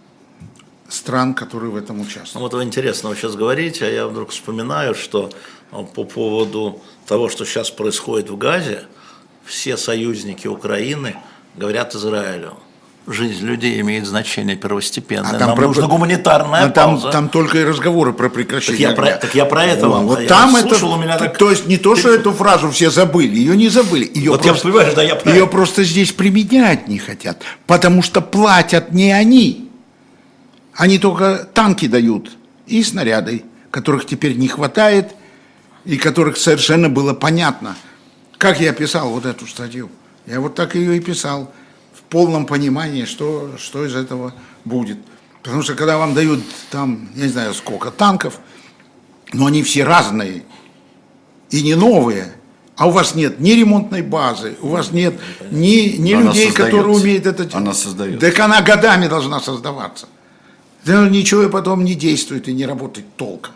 стран, которые в этом Ну, участвуют. вот вы интересно, вы сейчас говорите, а я вдруг вспоминаю, что а, по поводу того, что сейчас происходит в Газе, все союзники Украины говорят Израилю: жизнь людей имеет значение первостепенное, нам про- нужна гуманитарная а там, пауза. там только и разговоры про Так прекращение я, про, огня. так я про это Вот, вам. вот я там вас это, слушал, у меня то, так... то есть не то, что эту фразу все забыли, ее не забыли. Ее Вот я просто, понимаю, да, я про ее это. просто здесь применять не хотят, потому что платят не они. Они только танки дают и снаряды, которых теперь не хватает, и которых совершенно было понятно. Как я писал вот эту статью? Я вот так ее и писал, в полном понимании, что, что из этого будет. Потому что когда вам дают там, я не знаю сколько танков, но они все разные и не новые, а у вас нет ни ремонтной базы, у вас нет ни, ни Она людей, создается. которые умеют это делать. Она создается. Так она годами должна создаваться. Да ничего и потом не действует и не работает толком.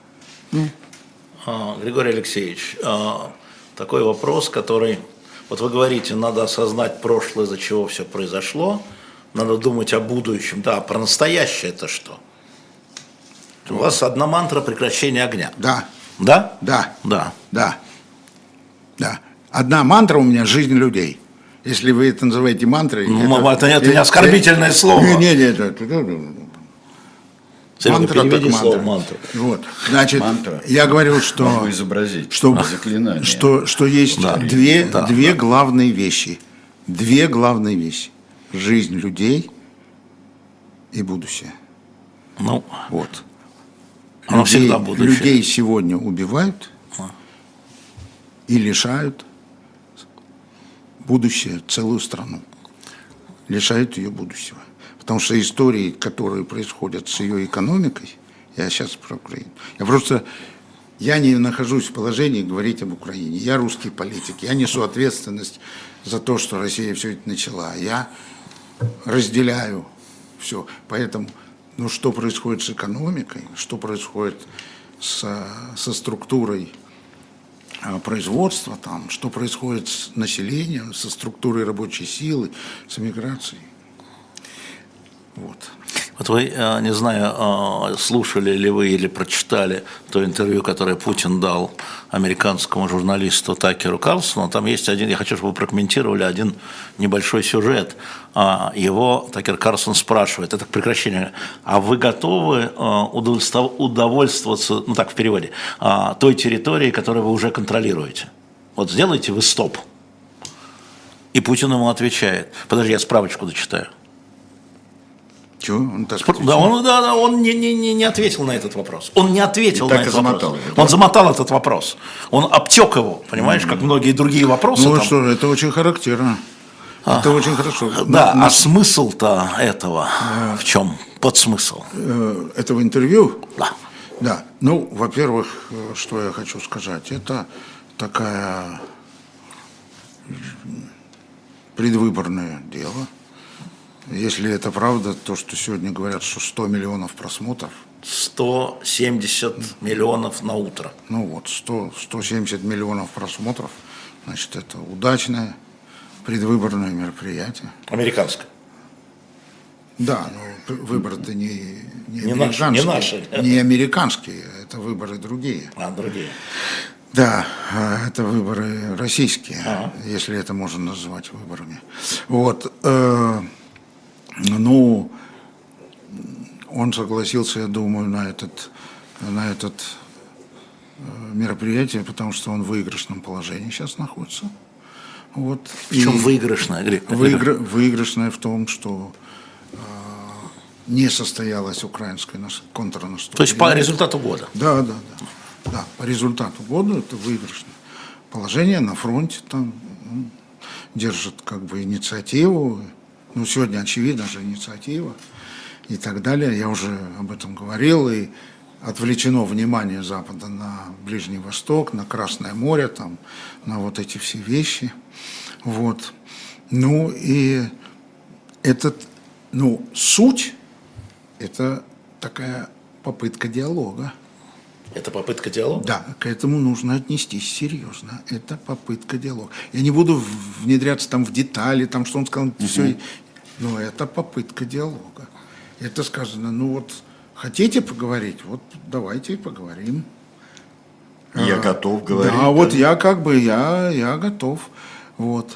А, Григорий Алексеевич, а, такой вопрос, который, вот вы говорите, надо осознать прошлое, из-за чего все произошло, надо думать о будущем, да, про настоящее это что? У вас одна мантра — прекращение огня. Да, Да? да, Да. да, да. Одна мантра у меня — жизнь людей. Если вы это называете мантрой... Ну, это- это не оскорбительное слово. Нет, нет, нет. это- это- Серега, Мантра переведи так слово мантра. мантру. Вот, значит, Мантра. я говорил, что... Могу изобразить что, заклинание. что, что есть Да. две, Да, две да. главные вещи. Две главные вещи. Жизнь людей и будущее. Ну, Вот. оно людей, всегда будущее. людей сегодня убивают А. и лишают будущее целую страну. Лишают ее будущего. Потому что истории, которые происходят с ее экономикой, я сейчас про Украину, я просто, я не нахожусь в положении говорить об Украине. Я русский политик, я несу ответственность за то, что Россия все это начала. Я разделяю все. Поэтому, ну, что происходит с экономикой, что происходит со, со структурой а, производства, там, что происходит с населением, со структурой рабочей силы, с эмиграцией. Вот. Вот вы, э, не знаю, э, слушали ли вы или прочитали то интервью, которое Путин дал американскому журналисту Такеру Карлсону. Там есть один, я хочу, чтобы вы прокомментировали один небольшой сюжет. А, Его Такер Карлсон спрашивает, это к прекращению, а вы готовы э, удовольствов- удовольствоваться, ну так в переводе, а, той территорией, которую вы уже контролируете? Вот сделайте вы стоп. И Путин ему отвечает, подожди, я справочку дочитаю. Чего? Он так Да, он, да, да, он не, не, не, не ответил на этот вопрос. Он не ответил И на так и этот замотал вопрос. его, да? Он замотал этот вопрос. Он обтек его, понимаешь, как многие другие вопросы. Ну там. что, это очень характерно. Это очень хорошо. Да, На- а смысл-то этого в чем? Подсмысл. э, этого интервью, Да. да, ну, во-первых, э, что я хочу сказать, это такая предвыборное дело. Если это правда, то, что сегодня говорят, что сто миллионов просмотров, сто семьдесят миллионов на утро. Ну вот, сто, сто семьдесят миллионов просмотров, значит, это удачное предвыборное мероприятие. Американское. Да, но выборы-то не, не, не американские, наши, не наши. Не американские, это выборы другие. А, другие. Да, это выборы российские, ага. если это можно назвать выборами. Вот, э, ну, он согласился, я думаю, на этот, на этот мероприятие, потому что он в выигрышном положении сейчас находится. Вот. В чем выигрышное? Выигр, выигрышное в том, что э, не состоялось украинское контрнаступление. То есть по результату года? Да, да, да. Да, по результату года это выигрышное положение на фронте, там ну, держит как бы инициативу, ну сегодня очевидно же инициатива и так далее, я уже об этом говорил, и отвлечено внимание Запада на Ближний Восток, на Красное море, там, на вот эти все вещи, вот, ну и этот, ну суть, это такая попытка диалога. Это попытка диалога? Да, к этому нужно отнестись серьезно. Это попытка диалога. Я не буду внедряться там в детали, там, что он сказал, угу. все, но это попытка диалога. Это сказано, ну вот, хотите поговорить, вот давайте поговорим. Я а, готов говорить. Да, да, вот я как бы, я, я готов, вот.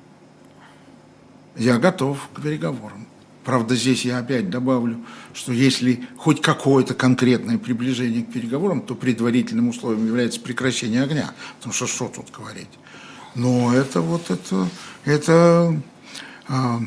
Я готов к переговорам. Правда, здесь я опять добавлю, что если хоть какое-то конкретное приближение к переговорам, то предварительным условием является прекращение огня. Потому что что тут говорить? Но это вот это, это а,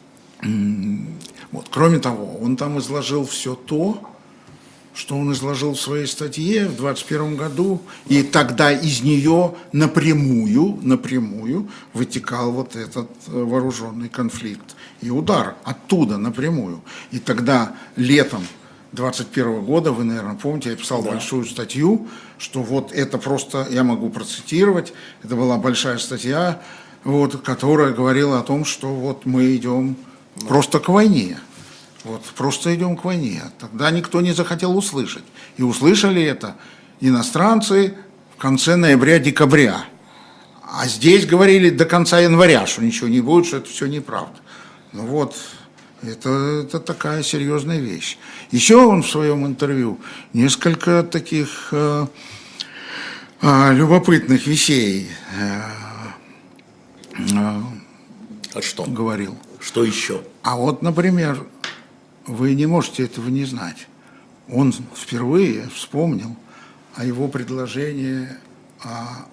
вот, кроме того, он там изложил все то, что он изложил в своей статье в двадцать первом году, и тогда из нее напрямую, напрямую вытекал вот этот вооруженный конфликт и удар оттуда напрямую. И тогда летом двадцать первого года, вы, наверное, помните, я писал да. большую статью, что вот это просто, я могу процитировать, это была большая статья, вот, которая говорила о том, что вот мы идем да. просто к войне. Вот, просто идем к войне. Тогда никто не захотел услышать. И услышали это иностранцы в конце ноября-декабря. А здесь говорили до конца января, что ничего не будет, что это все неправда. Ну вот, это, это такая серьезная вещь. Еще он в своем интервью несколько таких э, э, любопытных вещей э, э, а что? говорил. Что еще? А вот, например, вы не можете этого не знать. Он впервые вспомнил о его предложении о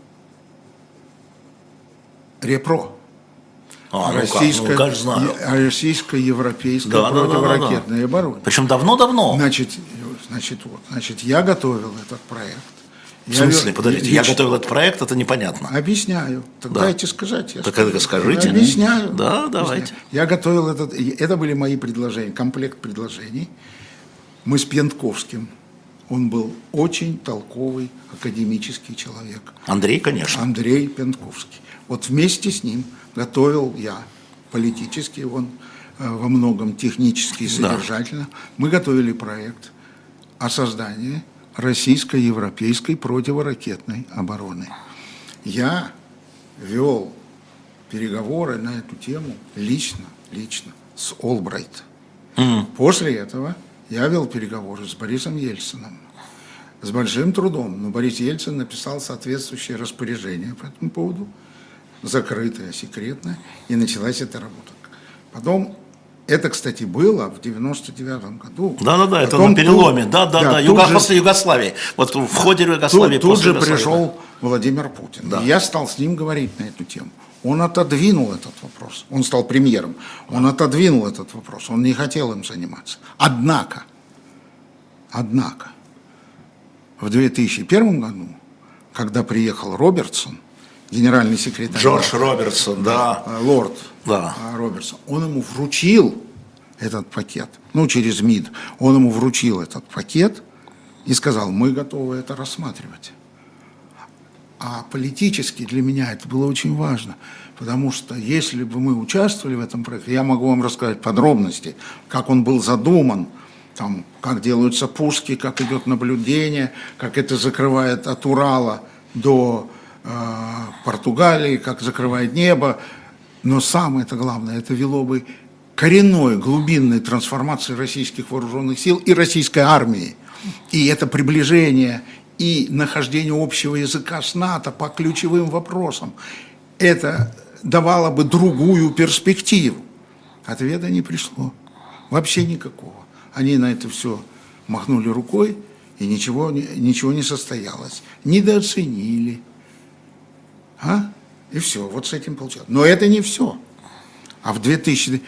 РЕПРО. А, ну российское, как, ну, как знаю. Российско-европейской да, противоракетной да, да, да. обороны. Причем давно-давно. Значит, значит, вот, значит, я готовил этот проект. В смысле, я, подождите, я, я готовил этот проект, это непонятно. Объясняю. Так да. Дайте сказать. Я так скажу. это скажите. Я объясняю. Да, объясняю. давайте. Я готовил этот, это были мои предложения, комплект предложений. Мы с Пьянковским. Он был очень толковый академический человек. Андрей, конечно. Андрей Пьянковский. Вот вместе с ним готовил я политически, он во многом технически и содержательно. Да. Мы готовили проект о создании российско-европейской противоракетной обороны. Я вел переговоры на эту тему лично, лично с Олбрайт. Mm. После этого я вел переговоры с Борисом Ельциным. С большим трудом, но Борис Ельцин написал соответствующее распоряжение по этому поводу, закрытое, секретное, и началась эта работа. Потом, это, кстати, было в девяносто девятом году. Да-да-да, это на переломе, да-да-да, Юго... после Югославии, вот в ходе Югославии. Тут, тут же Югославии. пришел Владимир Путин, да. и я стал с ним говорить на эту тему. Он отодвинул этот вопрос, он стал премьером, он отодвинул этот вопрос, он не хотел им заниматься. Однако, однако, в две тысячи первом году, когда приехал Робертсон, генеральный секретарь... Джордж Робертсон, да. Лорд да. Робертсон, он ему вручил этот пакет, ну, через МИД, он ему вручил этот пакет и сказал, мы готовы это рассматривать. А политически для меня это было очень важно, потому что если бы мы участвовали в этом проекте, я могу вам рассказать подробности, как он был задуман, там, как делаются пуски, как идет наблюдение, как это закрывает от Урала до э, Португалии, как закрывает небо. Но самое-то главное, это вело бы коренной, глубинной трансформации российских вооруженных сил и российской армии. И это приближение и нахождение общего языка с НАТО по ключевым вопросам. Это давало бы другую перспективу. Ответа не пришло. Вообще никакого. Они на это все махнули рукой, и ничего, ничего не состоялось. Недооценили. А? И все. Вот с этим получилось. Но это не все. А в две тысячи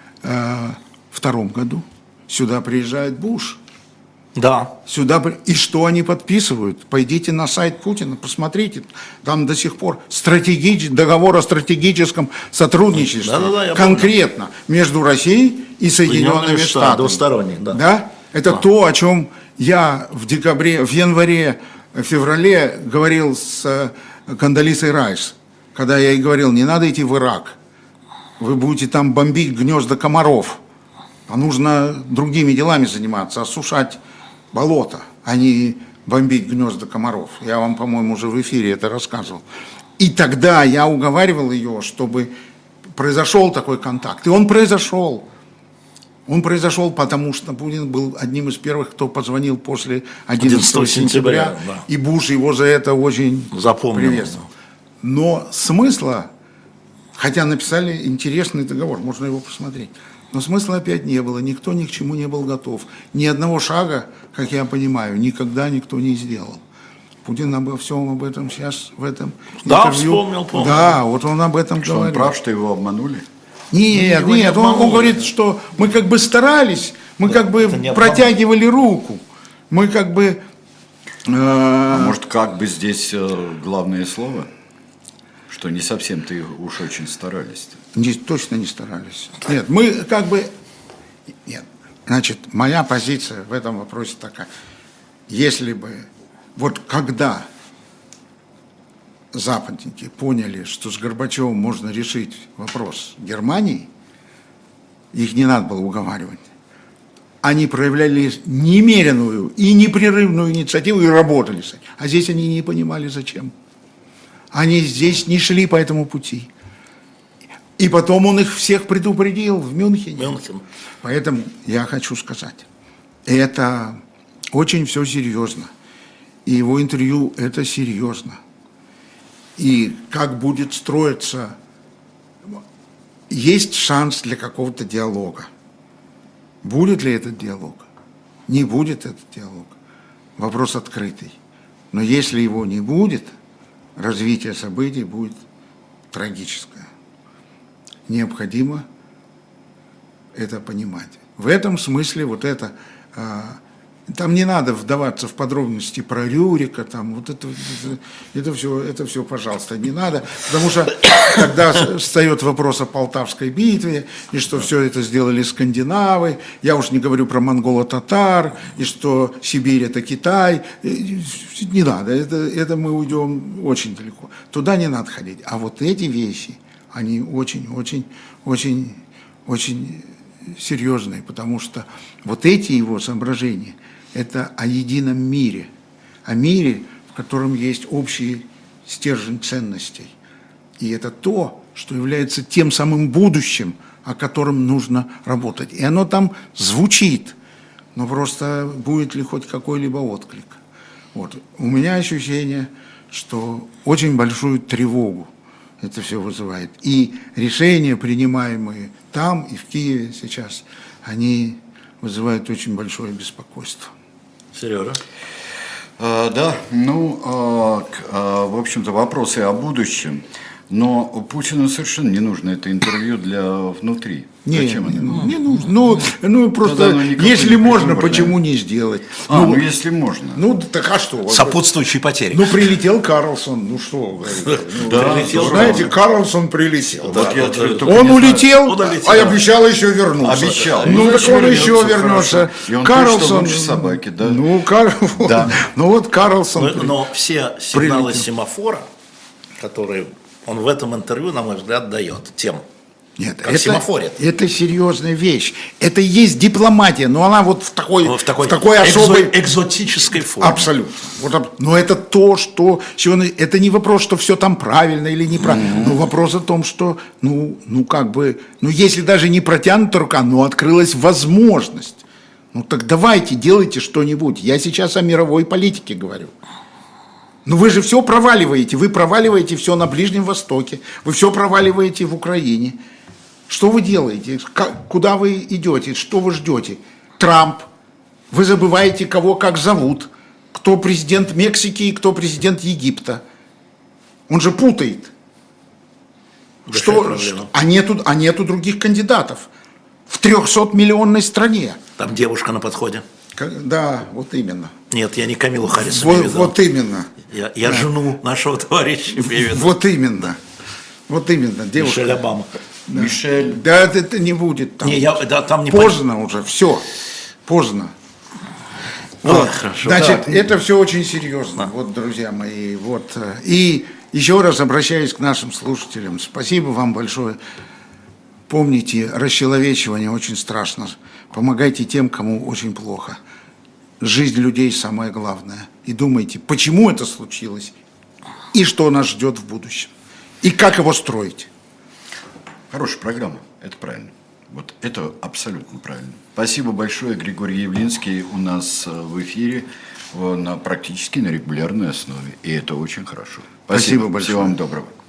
втором году сюда приезжает Буш. Да. Сюда, и что они подписывают? Пойдите на сайт Путина, посмотрите. Там до сих пор стратегич, договор о стратегическом сотрудничестве. Да, да, да, конкретно помню. Между Россией и Соединенными Штатами. Двусторонний, да. Да? Это да. То, о чем я в декабре, в январе, в феврале говорил с Кондолизой Райс. Когда я ей говорил, не надо идти в Ирак. Вы будете там бомбить гнезда комаров. А нужно другими делами заниматься, осушать болото, а не бомбить гнезда комаров. Я вам, по-моему, уже в эфире это рассказывал. И тогда я уговаривал ее, чтобы произошел такой контакт. И он произошел. Он произошел, потому что Путин был одним из первых, кто позвонил после одиннадцатого сентября. Да. И Буш его за это очень запомнил. Приветствовал. Но смысла, хотя написали интересный договор, можно его посмотреть, но смысла опять не было, никто ни к чему не был готов. Ни одного шага, как я понимаю, никогда никто не сделал. Путин обо всем об этом сейчас в этом да, интервью. Вспомнил, помню. Да, вот он об этом что говорит. Он прав, что его обманули? Нет, его нет, не он, он говорит, что мы как бы старались, мы да, как бы протягивали руку, мы как бы... Э... А может, как бы здесь э, главное слово? Что не совсем-то уж очень старались-то. Не, точно не старались. Нет, мы как бы... Нет, значит, моя позиция в этом вопросе такая. Если бы... Вот когда западники поняли, что с Горбачевым можно решить вопрос Германии, их не надо было уговаривать. Они проявляли немеренную и непрерывную инициативу и работали с этим. А здесь они не понимали, зачем. Они здесь не шли по этому пути. И потом он их всех предупредил в Мюнхене. Мюнхен. Поэтому я хочу сказать, это очень все серьезно. И его интервью это серьезно. И как будет строиться, есть шанс для какого-то диалога. Будет ли этот диалог? Не будет этот диалог. Вопрос открытый. Но если его не будет, развитие событий будет трагическое. Необходимо это понимать. В этом смысле вот это, там не надо вдаваться в подробности про Рюрика, там вот это, это, это все, это все, пожалуйста, не надо, потому что когда встает вопрос о Полтавской битве, и что все это сделали скандинавы, я уж не говорю про монголо-татар, и что Сибирь это Китай, не надо, это, это мы уйдем очень далеко, туда не надо ходить, а вот эти вещи, они очень-очень, очень, очень серьезные, потому что вот эти его соображения, это о едином мире, о мире, в котором есть общий стержень ценностей. И это то, что является тем самым будущим, о котором нужно работать. И оно там звучит, но просто будет ли хоть какой-либо отклик. Вот. У меня ощущение, что очень большую тревогу это все вызывает. И решения, принимаемые там и в Киеве сейчас, они вызывают очень большое беспокойство. Сережа? А, да, ну, а, а, в общем-то, вопросы о будущем. Но Путину совершенно не нужно это интервью для внутри. Не, Зачем не, это? не нужно. Ну, ну просто, если можно, почему не сделать? А, ну, ну, если можно. Ну, так а что? Сопутствующие потери. Ну, прилетел Карлсон, ну что? Ну, да, прилетел, знаете, Карлсон прилетел. Да, вот я да, он улетел, он улетел, а обещал еще вернуться. Обещал. Ну, так он еще вернется. И он Карлсон, лучше собаки, да? Ну, Кар... да. ну вот Карлсон. Но, но все сигналы прилетел. Семафора, которые он в этом интервью, на мой взгляд, дает тем Нет, как это, семафорит. это серьезная вещь. Это и есть дипломатия, но она вот в такой, в такой, в такой экзо, особой... экзотической форме. Абсолютно. Вот, но это то, что... Это не вопрос, что все там правильно или неправильно, mm-hmm. но вопрос о том, что, ну, ну, как бы... Ну, если даже не протянута рука, но открылась возможность. Ну, так давайте, делайте что-нибудь. Я сейчас о мировой политике говорю. Но вы же все проваливаете. Вы проваливаете все на Ближнем Востоке. Вы все проваливаете в Украине. Что вы делаете? Куда вы идете? Что вы ждете? Трамп. Вы забываете, кого как зовут. Кто президент Мексики и кто президент Египта. Он же путает. Что, что, а, нету, а нету других кандидатов. В трехсотмиллионной стране. Там девушка на подходе. Да, вот именно. Нет, я не Камилу Харрису вот, вот именно. Я, я да. жену нашего товарища. Вот именно. Вот именно. Девушка. Мишель Обама. Да. Мишель. Да, это не будет там. Не, я, да, там не поздно пон... уже, все. Поздно. Вот. А, хорошо. Значит, да. это все очень серьезно. Да. Вот, друзья мои. Вот. И еще раз обращаюсь к нашим слушателям. Спасибо вам большое. Помните, расчеловечивание очень страшно. Помогайте тем, кому очень плохо. Жизнь людей самое главное. И думайте, почему это случилось, и что нас ждет в будущем, и как его строить. Хорошая программа, это правильно. Вот это абсолютно правильно. Спасибо большое, Григорий Явлинский у нас в эфире на, практически на регулярной основе. И это очень хорошо. Спасибо, Спасибо большое. Всего вам доброго.